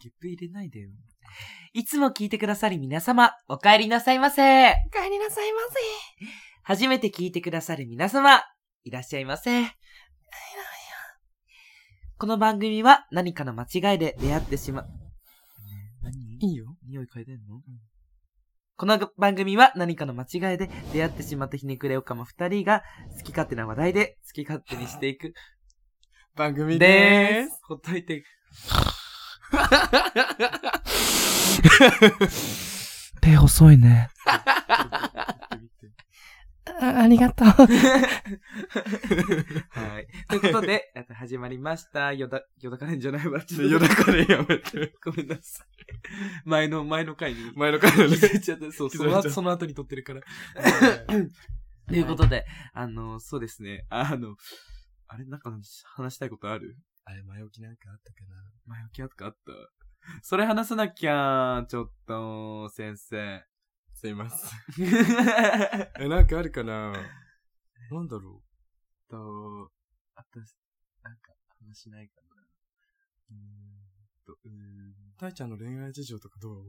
ゲップ入れないでよ。いつも聞いてくださり皆様、お帰りなさいませ。 お帰りなさいませ。 初めて聞いてくださる皆様、いらっしゃいませ。この番組は何かの間違いで出会ってしま、何？ いいよ。 匂い嗅いでんの？この番組は何かの間違いで出会ってしまったひねくれおかま2人が好き勝手な話題で好き勝手にしていく番組でーす。 ほっといて。手細いね。 ありがとう。 はい。ということで、始まりました。よだかれんじゃないわ。 よだかれんやめて。 ごめんなさい。前の回に。 前の回のね。 気づいちゃった。そう、その後に撮ってるから。ということで、そうですね。あれ、なんか話したいことある？ あれ、前置きなんかあったかな？ 前置きあったそれ話さなきゃ、ちょっと、先生。 すいません。なんかあるかな？なんだろう。 なんか話しないかな。 たいちゃんの恋愛事情とかどう？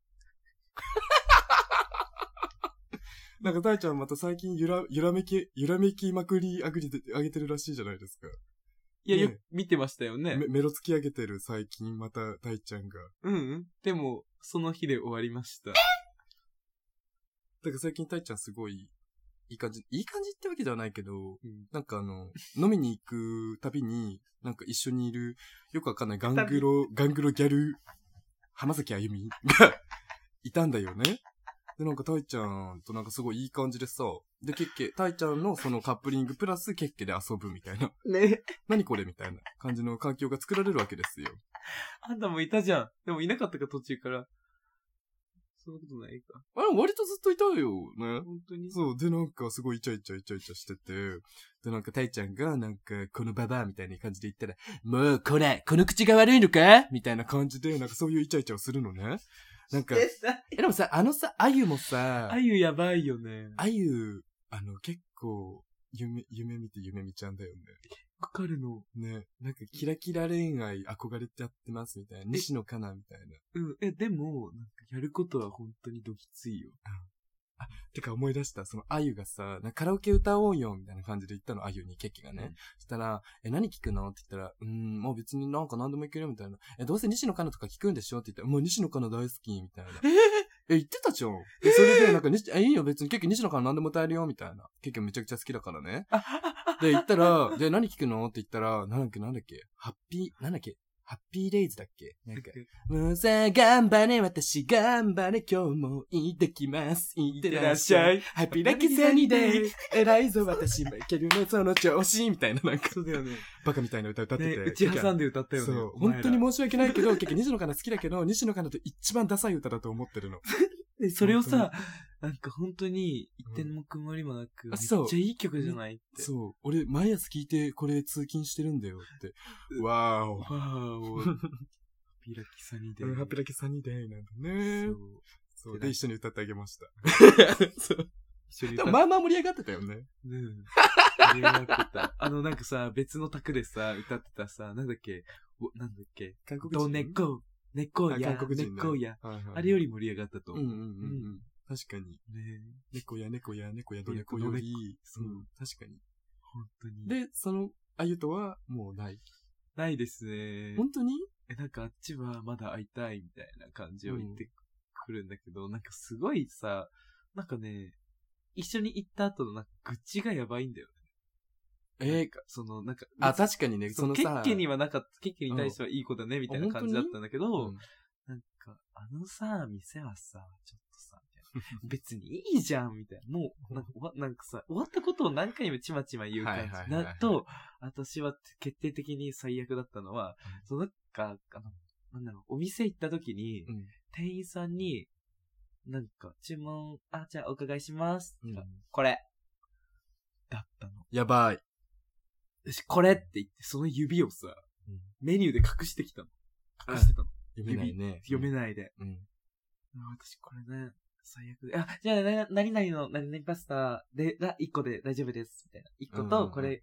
なんかたいちゃんまた最近揺らめきまくりあげてるらしいじゃないですか。 いや、よく見てましたよね。 メロ突き上げてる最近またたいちゃんが。 でも、その日で終わりました。 だから最近たいちゃんすごいいい感じってわけではないけど、なんか飲みに行くたびに、なんか一緒にいる、よくわかんないガングロギャル、浜崎あゆみがいたんだよね。で、なんかたいちゃんとなんかすごいいい感じでさ、で、たいちゃんのそのカップリングプラスケッケで遊ぶみたいな。 ね。 何これみたいな感じの環境が作られるわけですよ。 あんたもいたじゃん。でもいなかったか途中から。そんなことないか。 割とずっといたよね。 本当に？ そう。で、なんかすごいイチャイチャしてて。で、なんかたいちゃんが、なんか、このババアみたいな感じで言ったら、もうこの口が悪いのかみたいな感じで、なんかそういうイチャイチャをするのね。なんか、でもさ、あゆもさ、 あゆやばいよね。 あゆ、結構、夢見ちゃうんだよね。 かかるの。 ね。なんか、キラキラ恋愛憧れてやってますみたいな。西野カナみたいな。 でも、なんかやることは本当にどきついよ。 てか思い出した。そのあゆがさ、カラオケ歌おうよみたいな感じで言ったの、あゆにケッキがね。そしたら、何聞くのって言ったら、もう別になんか何でもいけるみたいな。どうせ西野カナとか聞くんでしょって言ったら、もう西野カナ大好きみたいな。言ってたじゃん。それで、なんかいいよ別にケッキ西野カナ何でも歌えるよみたいな。ケッキめちゃくちゃ好きだからね。で、言ったら、で、何聞くのって言ったら、なんだっけ、ハッピーレイズだっけなんか、もうさ、頑張れ、私頑張れ、今日も行ってきます。行ってらっしゃい。ハッピーラッキーサニーデイ。偉いぞ、私もいけるね、その調子。みたいな、なんか。 そうだよね。 バカみたいな歌歌ってて。 うち挟んで歌ったよね。 そう。本当に申し訳ないけど、結局西野カナ好きだけど、西野カナと一番ダサい歌だと思ってるの。 それをさ、なんか本当に一点も曇りもなく、めっちゃいい曲じゃないって。 そう。俺、毎朝聴いてこれ通勤してるんだよって。わーお。 ハッピーラッキーサニーデイ。 ハッピーラッキーサニーデイなんだね。そう。で、一緒に歌ってあげました。そう。一緒に歌って。まあまあ盛り上がってたよね。 盛り上がってた。なんかさ、別の卓でさ、歌ってたさ、なんだっけ、 韓国人。 猫や。あれより盛り上がったと思う。 確かに。猫や、ど猫より。そう。確かに。 本当に。 で、その、あゆとは、もうない。 ないですね。 本当に？ なんかあっちはまだ会いたいみたいな感じを言ってくるんだけど、なんかすごいさ、なんかね、一緒に行った後のなんか愚痴がやばいんだよね。なんか、 確かにね、そのさ、 ケッケにはなかった、ケッケに対してはいい子だね、みたいな感じだったんだけど、なんか、店はさ、ちょっとさ、別にいいじゃん、みたいな。もう、なんかさ、終わったことを何回もちまちま言う感じと、私は決定的に最悪だったのは、なんか、お店行った時に、店員さんに、なんか、注文、じゃあお伺いします。これ。だったの。 やばい。 私、これって言って、その指をさ、メニューで隠してきたの。隠してたの。 読めないね。 読めないで。私、これね、最悪で。じゃあ、何々の何々パスタが1個で大丈夫です。みたいな。1個と、これ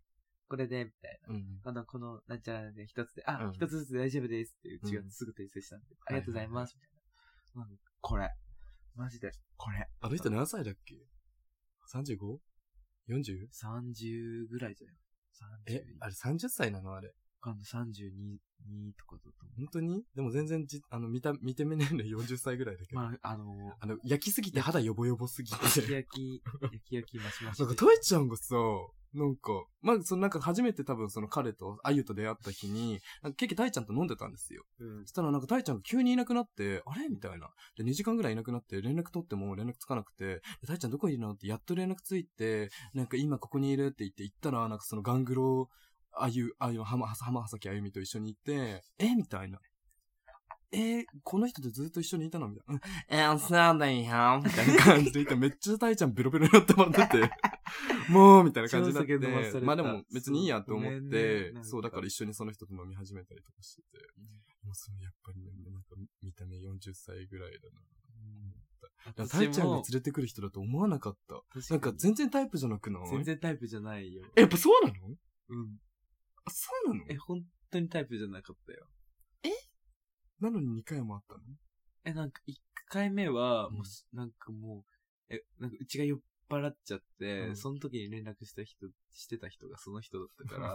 これで、みたいな。この、なんちゃらで一つで、一つずつ大丈夫ですってうちがすぐ訂正したんで、ありがとうございます、みたいな。これ。マジで、これ。 あの人何歳だっけ ?35?40? 30ぐらいじゃん。 あれ30歳なのあれ。 32とかだと思う。 本当にでも全然見て目年齢40歳ぐらいだけど。焼きすぎて肌ヨボヨボすぎて。 焼きマシマシ。 なんか、タイちゃんがさ、なんか初めて多分彼と、あゆと出会った日に、ケーキタイちゃんと飲んでたんですよ。そしたらタイちゃんが急にいなくなって、あれみたいな。で、2時間ぐらいいなくなって連絡取っても連絡つかなくて、タイちゃんどこいるのってやっと連絡ついて、今ここにいるって言って行ったら、ガングロ、浜崎あゆみと一緒に行って、みたいな。この人とずっと一緒にいたのみたいな。そうだよみたいな感じでいて、めっちゃタイちゃんベロベロになってもらってて、もうみたいな感じになって、まあでも別にいいやと思って、そう、だから一緒にその人と飲み始めたりとかしてて、もうやっぱりね、見た目40歳ぐらいだな。タイちゃんが連れてくる人だと思わなかった。全然タイプじゃなくない？ 全然タイプじゃないよ。 やっぱそうなの？そうなの？ 本当にタイプじゃなかったよ。 なのに2回もあったの 1回目は、もう、うちが酔っ払っちゃって、その時に連絡してた人がその人だったから、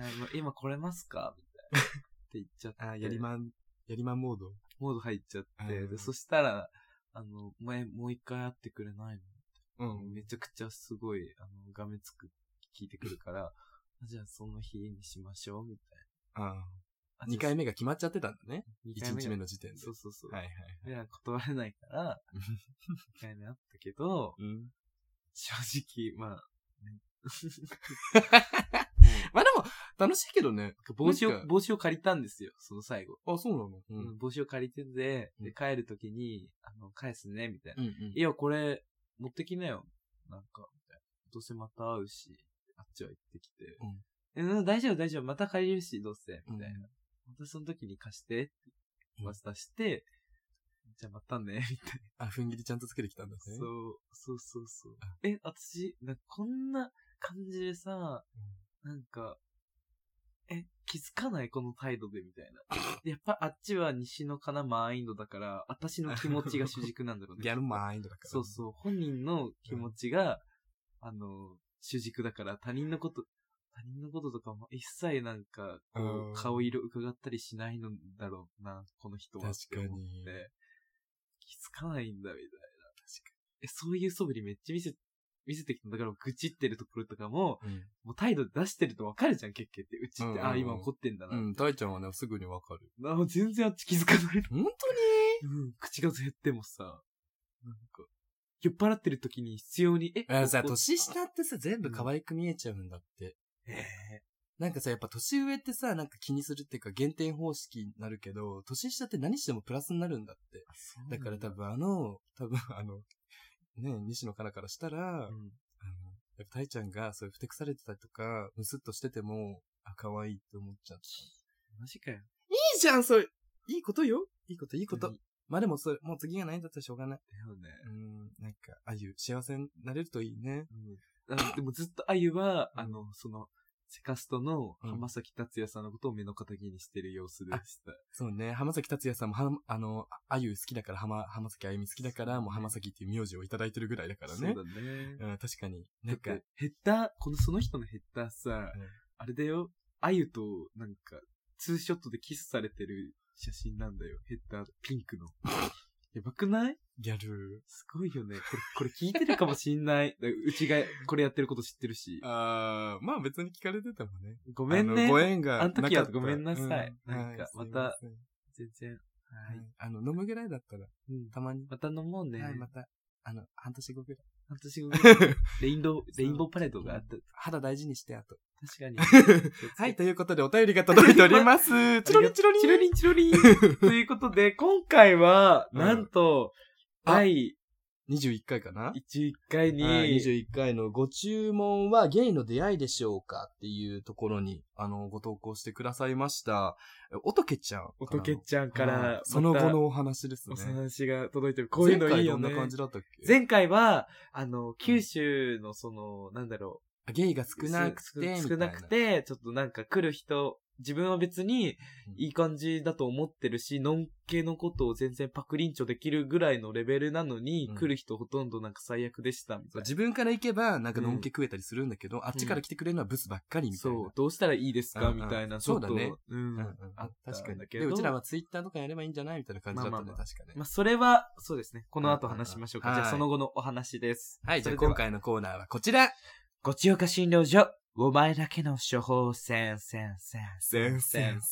今来れますかみたいな。って言っちゃって。 やりまんモード入っちゃって、で、そしたら、もう一回会ってくれないの？めちゃくちゃすごい、がめつく聞いてくるから、じゃあその日にしましょう、みたいな。 2回目が決まっちゃってたんだね。1日目の時点で。 そうそうそう。 はい。 いや、断れないから、2回目あったけど、正直、まあでも、楽しいけどね。 帽子を借りたんですよ、その最後。 そうなの？ 帽子を借りてて、で、帰るときに、返すね、みたいな。いや、これ、持ってきなよ。みたいな。どうせまた会うし、あっちは行ってきて。大丈夫、また借りるし、どうせ、みたいな。またその時に貸して、って渡して、じゃあまたね、みたいな。踏ん切りちゃんとつけてきたんだね。 そう。私、こんな感じでさ、気づかないこの態度で、みたいな。やっぱあっちは西のかなマインドだから、私の気持ちが主軸なんだろうね。 ギャルマインドだから。 そう、本人の気持ちが、主軸だから、他人のこととかも一切顔色伺ったりしないのだろうな、この人は。 確かに。 気づかないんだ、みたいな。確かに。そういう素振りめっちゃ見せてきた。だから、愚痴ってるところとかも、もう態度出してるとわかるじゃん、結局って。うちって、今怒ってんだな。 大ちゃんはね、すぐにわかる。 全然あっち気づかない。 本当に？ 口が減ってもさ、酔っ払ってる時に必要に、 年下ってさ、全部可愛く見えちゃうんだって。やっぱ年上ってさ、気にするっていうか減点方式になるけど、年下って何してもプラスになるんだって。だから多分西野カナからしたら、やっぱタイちゃんがそういうふてくされてたりとか、ムスッとしてても、可愛いって思っちゃった。 マジかよ。 いいじゃん、それ。いいことよ。いいこと。まあでももう次がないんだったらしょうがない。 だよね。 あゆ幸せになれるといいね。 でもずっとあゆは、セカストの浜崎達也さんのことを目の敵にしてる様子でした。 そうね。浜崎達也さんもあゆ好きだから、浜崎あゆみ好きだから、もう浜崎っていう名字をいただいてるぐらいだからね。 そうだね。 確かに。 ヘッダー、その人のヘッダーさ、あれだよ。あゆと、ツーショットでキスされてる写真なんだよ。ヘッダー、ピンクの。やばくない？ ギャル。 すごいよね。これ聞いてるかもしんない。うちがこれやってること知ってるし。 まあ別に聞かれててもね。 ごめんね。 ご縁がなかった。 あの時はごめんなさい。また、全然。 飲むぐらいだったら、たまに。 また飲もうね。 また、半年後ぐらい。 半年後ぐらい。レインボーパレードがあった。 肌大事にして、あと。 確かに。 はい、ということでお便りが届いております。チロリンチロリン。 チロリンチロリン。ということで、今回は、なんと、第 21回かな ?21 回に、 21回のご注文はゲイの出会いでしょうかっていうところに、ご投稿してくださいました。おとけちゃん。 おとけちゃんから、 その後のお話ですね。 お話が届いてる。こういうのいいよね。 前回どんな感じだったっけ？ 前回は、九州のゲイが少なくて、みたいな。 少なくて、ちょっとなんか来る人、自分は別にいい感じだと思ってるし、のんけのことを全然パクリンチョできるぐらいのレベルなのに、来る人ほとんどなんか最悪でしたみたいな。 自分から行けばなんかのんけ食えたりするんだけど、あっちから来てくれるのはブスばっかりみたいな。 そう、どうしたらいいですかみたいな。 そうだね。 あった確かに。 んだけど。 で、うちらはツイッターとかやればいいんじゃないみたいな感じだったね、確かね。 まあ、それは、そうですね。この後話しましょうか。じゃあ、その後のお話です。 はい、じゃあ今回のコーナーはこちら。 ごちよか診療所。お前だけの処方先生。 先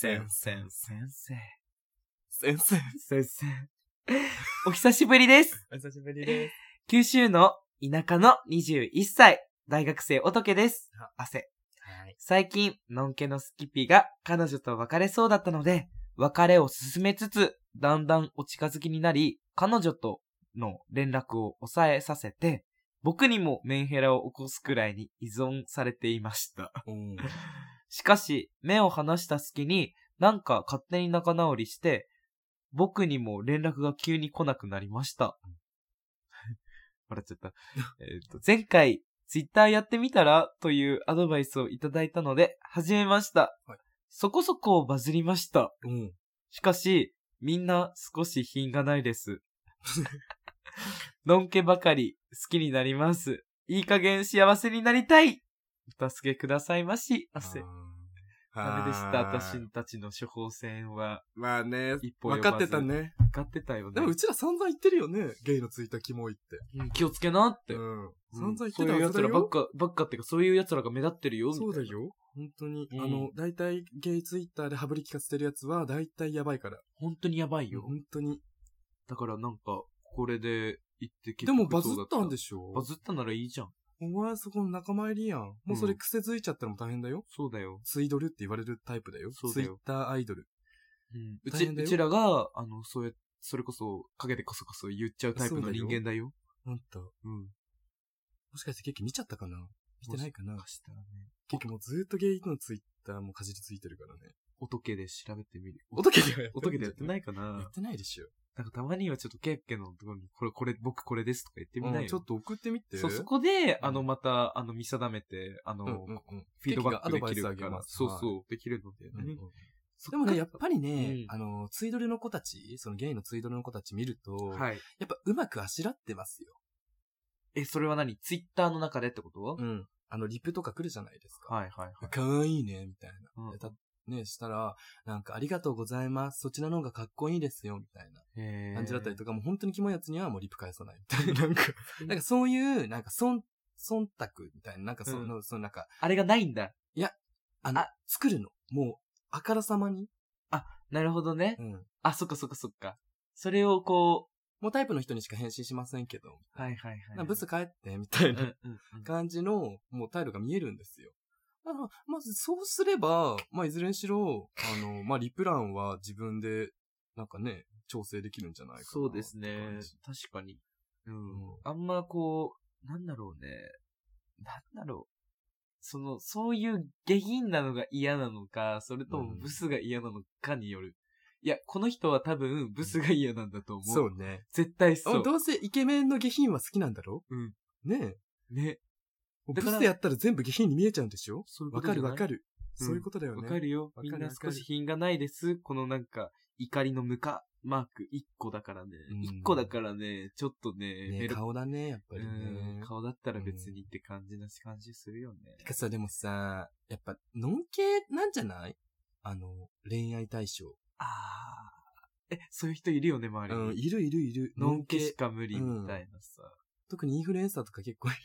生。 お久しぶりです。 お久しぶりです。 九州の田舎の21歳、大学生おとけです。汗。 はい。 最近、のんけのスキピが彼女と別れそうだったので、別れを進めつつ、だんだんお近づきになり、彼女との連絡を抑えさせて、僕にもメンヘラを起こすくらいに依存されていました。しかし、目を離した隙に、なんか勝手に仲直りして、僕にも連絡が急に来なくなりました。笑っちゃった。前回、ツイッターやってみたらというアドバイスをいただいたので、始めました。はい、そこそこバズりました。しかし、みんな少し品がないです。のんけばかり好きになります。いい加減幸せになりたい。お助けくださいまし。汗。ダメでした。私たちの処方箋は。 まあね、分かってたね。 分かってたよね。 でもうちら散々言ってるよね。ゲイのツイッターキモいって。 気をつけなって。 散々言ってたそういう奴らばっかっていうか、そういう奴らが目立ってるよ。 そうだよ。本当に。大体ゲイツイッターでハブり聞かせてる奴は大体やばいから。 本当にやばいよ。 本当に。 だからなんか、これで言ってでもバズったんでしょ？ バズったならいいじゃん。 お前そこの仲間入りやん。もうそれ癖づいちゃったらも大変だよ。 そうだよ。 ツイドルって言われるタイプだよ。ツイッターアイドル。 うちらが、それこそ、陰でこそこそ言っちゃうタイプの人間だよ。 ほんと。もしかしてケーキ見ちゃったかな？見てないかな？ケーキもうずーっとゲイのツイッターもかじりついてるからね。 音気で調べてみる。 音気でやってないかな？ やってないでしょ。 なんかたまにはちょっとケーキのところに、僕これですとか言ってみないよ。 ちょっと送ってみて。 そう、そこで、また、見定めて、フィードバックできるから。そう、できるので。 でもね、やっぱりね、ツイドルの子たち、そのゲイのツイドルの子たち見ると、やっぱうまくあしらってますよ。 それは何？ツイッターの中でってこと？ リプとか来るじゃないですか。 はい。 かわいいね、みたいな。ね、したら、なんかありがとうございます。そちらの方がかっこいいですよ、みたいな感じだったりとか、もう本当にキモいやつにはもうリプ返さないみたいな。なんかそういう、なんか忖度みたいな、なんかそのなんか。 あれがないんだ。 いや、作るの。もう、あからさまに。 なるほどね。そっか。それをこう、 もうタイプの人にしか返信しませんけど。 はい。 ブス帰って、みたいな感じの、もう態度が見えるんですよ。まずそうすれば、いずれにしろ、リプ欄は自分で、なんかね、調整できるんじゃないかな。 そうですね。確かに。あんまこう、なんだろう。そういう下品なのが嫌なのか、それともブスが嫌なのかによる。いや、この人は多分、ブスが嫌なんだと思う。 そうね。 絶対そう。 どうせイケメンの下品は好きなんだろ？ね。ブスでやったら全部下品に見えちゃうんでしょ？わかる。そういうことだよね。 わかるよ。みんな少し品がないです。このなんか、怒りのムカマーク1個だからね。1個だからね、ちょっとね。 顔だね、やっぱりね。 顔だったら別にって感じするよね。 てかさ、でもさ、やっぱ、のんけなんじゃない？恋愛対象。 そういう人いるよね、周りに。 いる。 のんけしか無理みたいなさ。 特にインフルエンサーとか結構いる。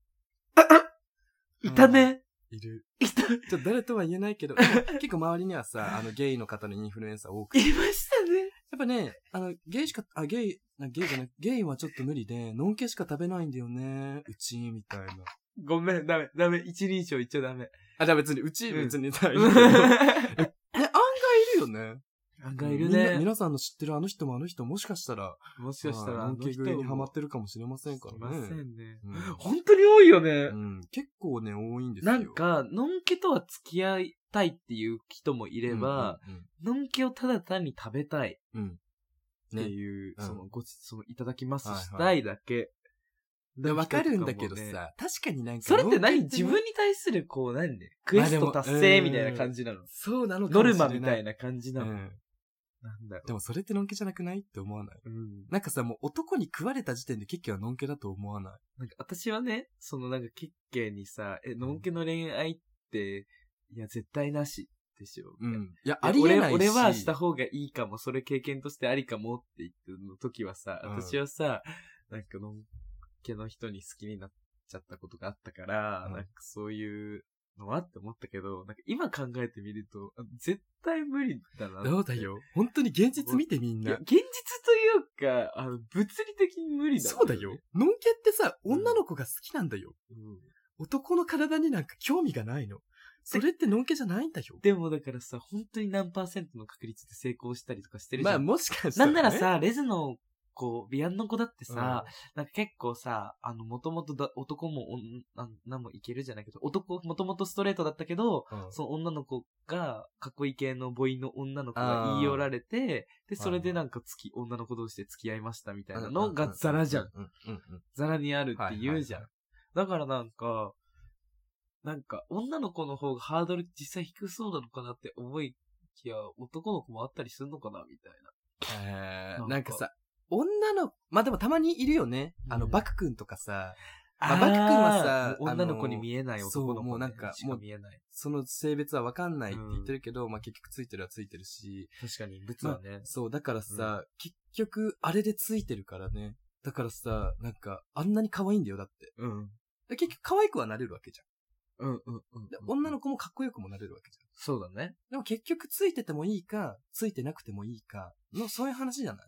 いたね。 いる。 いた。 ちょっと誰とは言えないけど、結構周りにはさ、ゲイの方のインフルエンサー多くて。いましたね。 やっぱね、ゲイはちょっと無理で、のんけしか食べないんだよね、うち、みたいな。 ごめん、ダメ。一人称言っちゃダメ。 じゃあ別に、別に大丈夫。案外いるよね。 案外いるね。 皆さんの知ってるあの人ももしかしたら、 のんけ食いにハマってるかもしれませんからね。 すいませんね。本当に多いよね。 結構ね、多いんですよ。 なんか、のんけとは付き合いたいっていう人もいれば、のんけをただ単に食べたいっていう、いただきますしたいだけ。 わかるんだけどさ、確かになんか。 それって何？ のんけ自分に対する何でクエスト達成みたいな感じなの？ そうなのかノルもしれない。 マみたいな感じなの？なんだろう。 でもそれってのんけじゃなくないって思わない？なんかさ、もう男に食われた時点でケッケはのんけだと思わない？ なんか私はね、なんかケッケにさ、のんけの恋愛って、いや、絶対なしでしょ。 いや、ありえないし。 俺はした方がいいかも、それ経験としてありかもって言っての時はさ、私はさ、なんかのんけの人に好きになっちゃったことがあったから、なんかそういうのはって思ったけど、なんか今考えてみると、絶対無理だなって。 そうだよ。本当に現実見てみんな。 現実というか、物理的に無理だ、ね。 そうだよ。のんけってさ、女の子が好きなんだよ。男の体になんか興味がないの。それってのんけじゃないんだよ。 でもだからさ、本当に何%の確率で成功したりとかしてるじゃん。 まあもしかしたら、ね。 なんならさ、レズの子、ビアンの子だってさ、なんか結構さ、もともと男も女もいけるじゃないけど、もともとストレートだったけど、その女の子が、かっこいい系の母音の女の子が言い寄られて、で、それでなんか女の子同士で付き合いましたみたいなのがザラじゃん。ザラにあるって言うじゃん。だからなんか、女の子の方がハードル実際低そうなのかなって思いきや、男の子もあったりするのかなみたいな。 なんかさ、まあ、でもたまにいるよね。バク君とかさ、バク君はさ、 女の子に見えない男の子、ね、 もうなんか、もう見えない。その性別はわかんないって言ってるけど、まあ結局ついてるはついてるし。 確かに、物はね、 そう、だからさ、結局、あれでついてるからね。だからさ、なんか、あんなに可愛いんだよ、だって。結局可愛くはなれるわけじゃん。で女の子もかっこよくもなれるわけじゃん。 そうだね。 でも結局ついててもいいか、ついてなくてもいいかの、そういう話じゃない？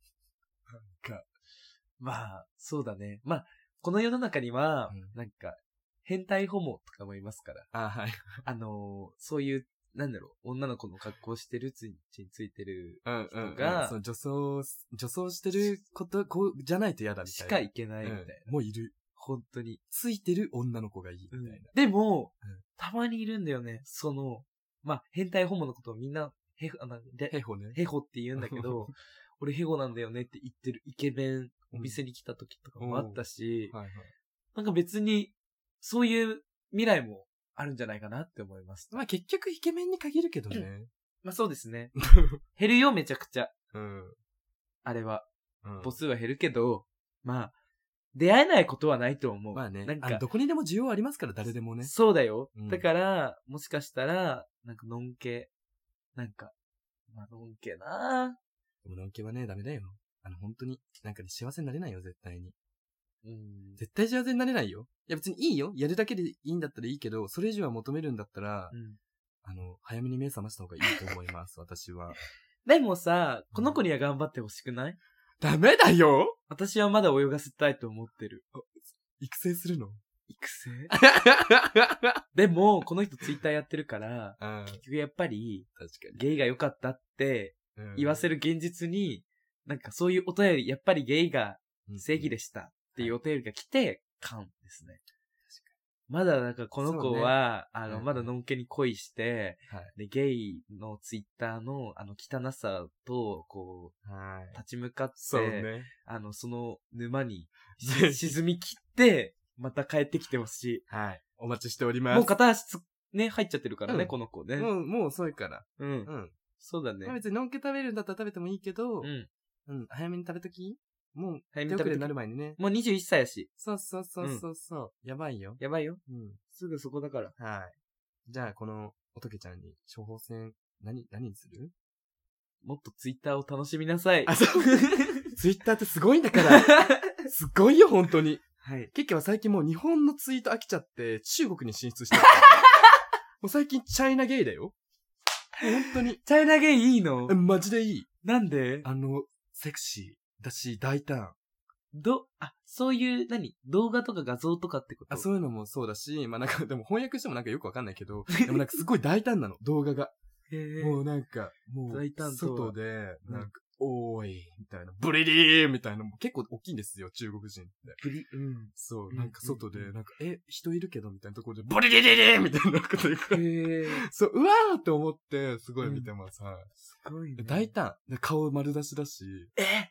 まあ、そうだね。まあ、この世の中には、なんか、変態ホモとかもいますから。 はい。 そういう、なんだろう、女の子の格好してるうちについてる人が、 そう、女装してるじゃないと嫌だみたいな。 しかいけないみたいな。 もういる。 本当に。 ついてる女の子がいいみたいな。 でも、たまにいるんだよね。まあ、変態ホモのことをみんな、ヘホね。ヘホって言うんだけど、俺ヘゴなんだよねって言ってるイケメン、お店に来た時とかもあったし、なんか別に、そういう未来もあるんじゃないかなって思います。 まあ結局イケメンに限るけどね。 まあそうですね。減るよ、めちゃくちゃ。あれは。母数は減るけど、まあ、出会えないことはないと思う。 まあね。なんかどこにでも需要ありますから、誰でもね。 そうだよ。だから、もしかしたら、なんかのんけ、なんか、まあのんけなでものんけはね、ダメだよ。本当に、なんか幸せになれないよ、絶対に。絶対幸せになれないよ。いや別にいいよ。やるだけでいいんだったらいいけど、それ以上は求めるんだったら、早めに目覚ました方がいいと思います、私は。 でもさ、この子には頑張ってほしくない？ ダメだよ！ 私はまだ泳がせたいと思ってる。 育成するの？ 育成でも、この人ツイッターやってるから、結局やっぱり、ゲイが良かったって言わせる現実に、なんかそういうお便り、やっぱりゲイが正義でしたっていうお便りが来て、感ですね。まだなんかこの子は、まだのんけに恋して、で、ゲイのツイッターの汚さと、こう、立ち向かって、その沼に沈み切って、また帰ってきてほしい。 はい。お待ちしております。 もう片足ね、入っちゃってるからね、この子ね。 もう遅いから。 そうだね。 別にのんけ食べるんだったら食べてもいいけど、早めに食べとき？もう、 早めに食べる。 なる前にね。 もう21歳やし。 そう。やばいよ。 やばいよ。すぐそこだから。 はい。じゃあ、この、おとけちゃんに、処方箋、何にする？ もっとツイッターを楽しみなさい。 そう。ツイッターってすごいんだから。すごいよ、本当に。 はい。 ケッケは最近もう日本のツイート飽きちゃって、中国に進出してる。もう最近チャイナゲイだよ。本当に。 チャイナゲイいいの？ マジでいい。 なんで？ セクシーだし、大胆。 そういう、動画とか画像とかってこと？ そういうのもそうだし、まあなんか、でも翻訳してもなんかよくわかんないけど、でもなんかすごい大胆なの、動画が。もうなんか、 大胆外で、なんか、おーい、みたいな、ブリリーみたいな、結構大きいんですよ、中国人って。そう、なんか外で、なんか、人いるけど、みたいなところで、ブリリリリみたいなこと言う。そう、うわーって思って、すごい見てます。 すごいね。 大胆。顔丸出しだし。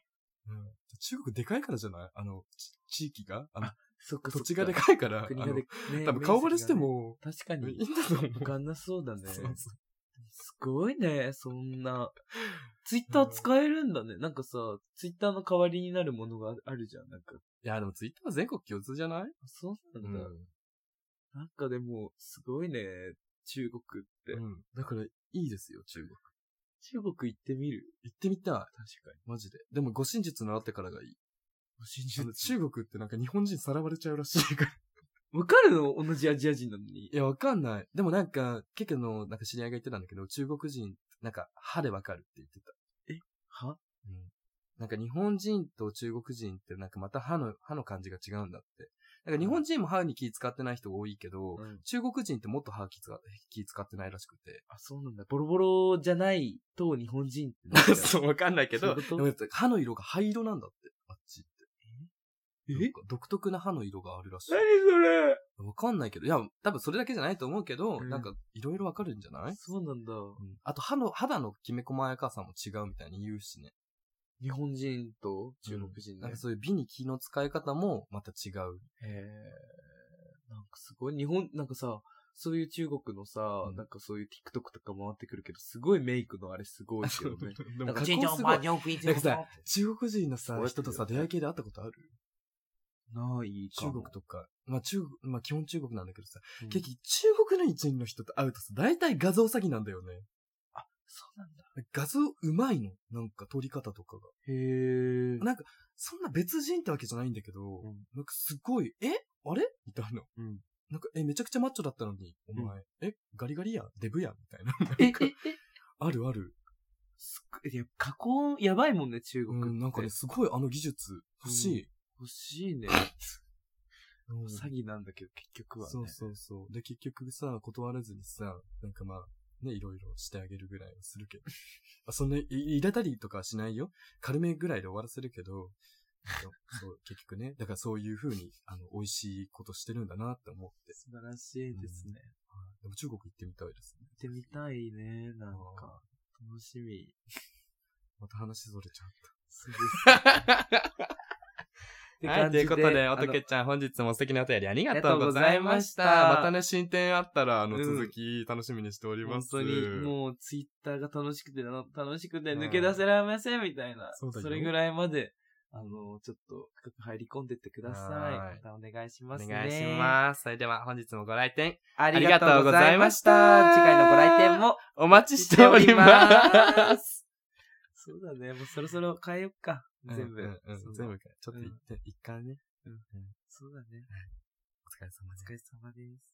中国でかいからじゃない？地域がそっか土地がでかいから、 国がで、ね、 多分顔バレしても、 確かに。 いいんだと思う。 わかんなそうだね。 そうそう。 すごいね、そんな。ツイッター使えるんだね。なんかさ、ツイッターの代わりになるものがあるじゃん、なんか。 いや、でもツイッターは全国共通じゃない？ そうなんだ。なんかでも、すごいね、中国って。 だから、いいですよ、中国。 中国行ってみる？ 行ってみたい。確かに。 マジで。でも、護身術習ってからがいい。 護身術？ 中国ってなんか日本人さらわれちゃうらしいから。 わかるの？同じアジア人なのに。 いや、わかんない。でもなんか、結構の、なんか知り合いが言ってたんだけど、中国人、なんか、歯でわかるって言ってた。 歯？ なんか日本人と中国人ってなんかまた歯の感じが違うんだって。なんか日本人も歯に気使ってない人が多いけど、中国人ってもっと歯気使ってないらしくて。 あ、そうなんだ。ボロボロじゃないと日本人ってそう、わかんないけど、 でも歯の色が灰色なんだって、あっちって。 え？ 独特な歯の色があるらしい。 何それ？ わかんないけど、いや、多分それだけじゃないと思うけど、なんか、いろいろわかるんじゃない？ そうなんだ。 あと、肌のきめ細やかさも違うみたいに言うしね。 日本人と中国人ね。 なんかそういう美に気の使い方もまた違う。 なんかすごい、なんかさ、そういう中国のさ、なんかそういう TikTok とか回ってくるけど、すごいメイクのあれすごいけどね。 でも加工すごい。なんかさ、中国人のさ、人とさ、出会い系で会ったことある？ ないかも。 中国とか。まあ基本中国なんだけどさ、結局中国人の人と会うとさ、大体画像詐欺なんだよね。 あ、そうなんだ。 画像うまいの？なんか撮り方とかが。なんか、そんな別人ってわけじゃないんだけど、なんかすごい、あれみたいな。なんか、めちゃくちゃマッチョだったのに、お前、ガリガリやんデブやんみたいな。あるある。 いや、加工やばいもんね、中国って。 なんかね、すごい技術欲しい。 欲しいね。詐欺なんだけど、結局はね。 そう。で、結局さ、断らずにさ、なんかまあ、ね、いろいろしてあげるぐらいはするけど。そんな、入れたりとかはしないよ。軽めぐらいで終わらせるけど、そう、結局ね。だからそういう風に、美味しいことしてるんだなって思って。 素晴らしいですね。 でも中国行ってみたいですね。 行ってみたいね、なんか。楽しみ。 また話それちゃった。 そうです。 はい、ということで、おとけちゃん、本日も素敵なお便りありがとうございました。またね、進展あったら、続き楽しみにしております。 本当に、もう、ツイッターが楽しくて抜け出せられませんみたいな。それぐらいまで、ちょっと、深く入り込んでってください。またお願いしますね。 お願いします。それでは、本日もご来店、 ありがとうございました。次回のご来店も、 お待ちしております。 そうだね。もうそろそろ変えよっか。全部。 全部か。ちょっと一回ね。 そうだね。 お疲れ様です。 お疲れ様です。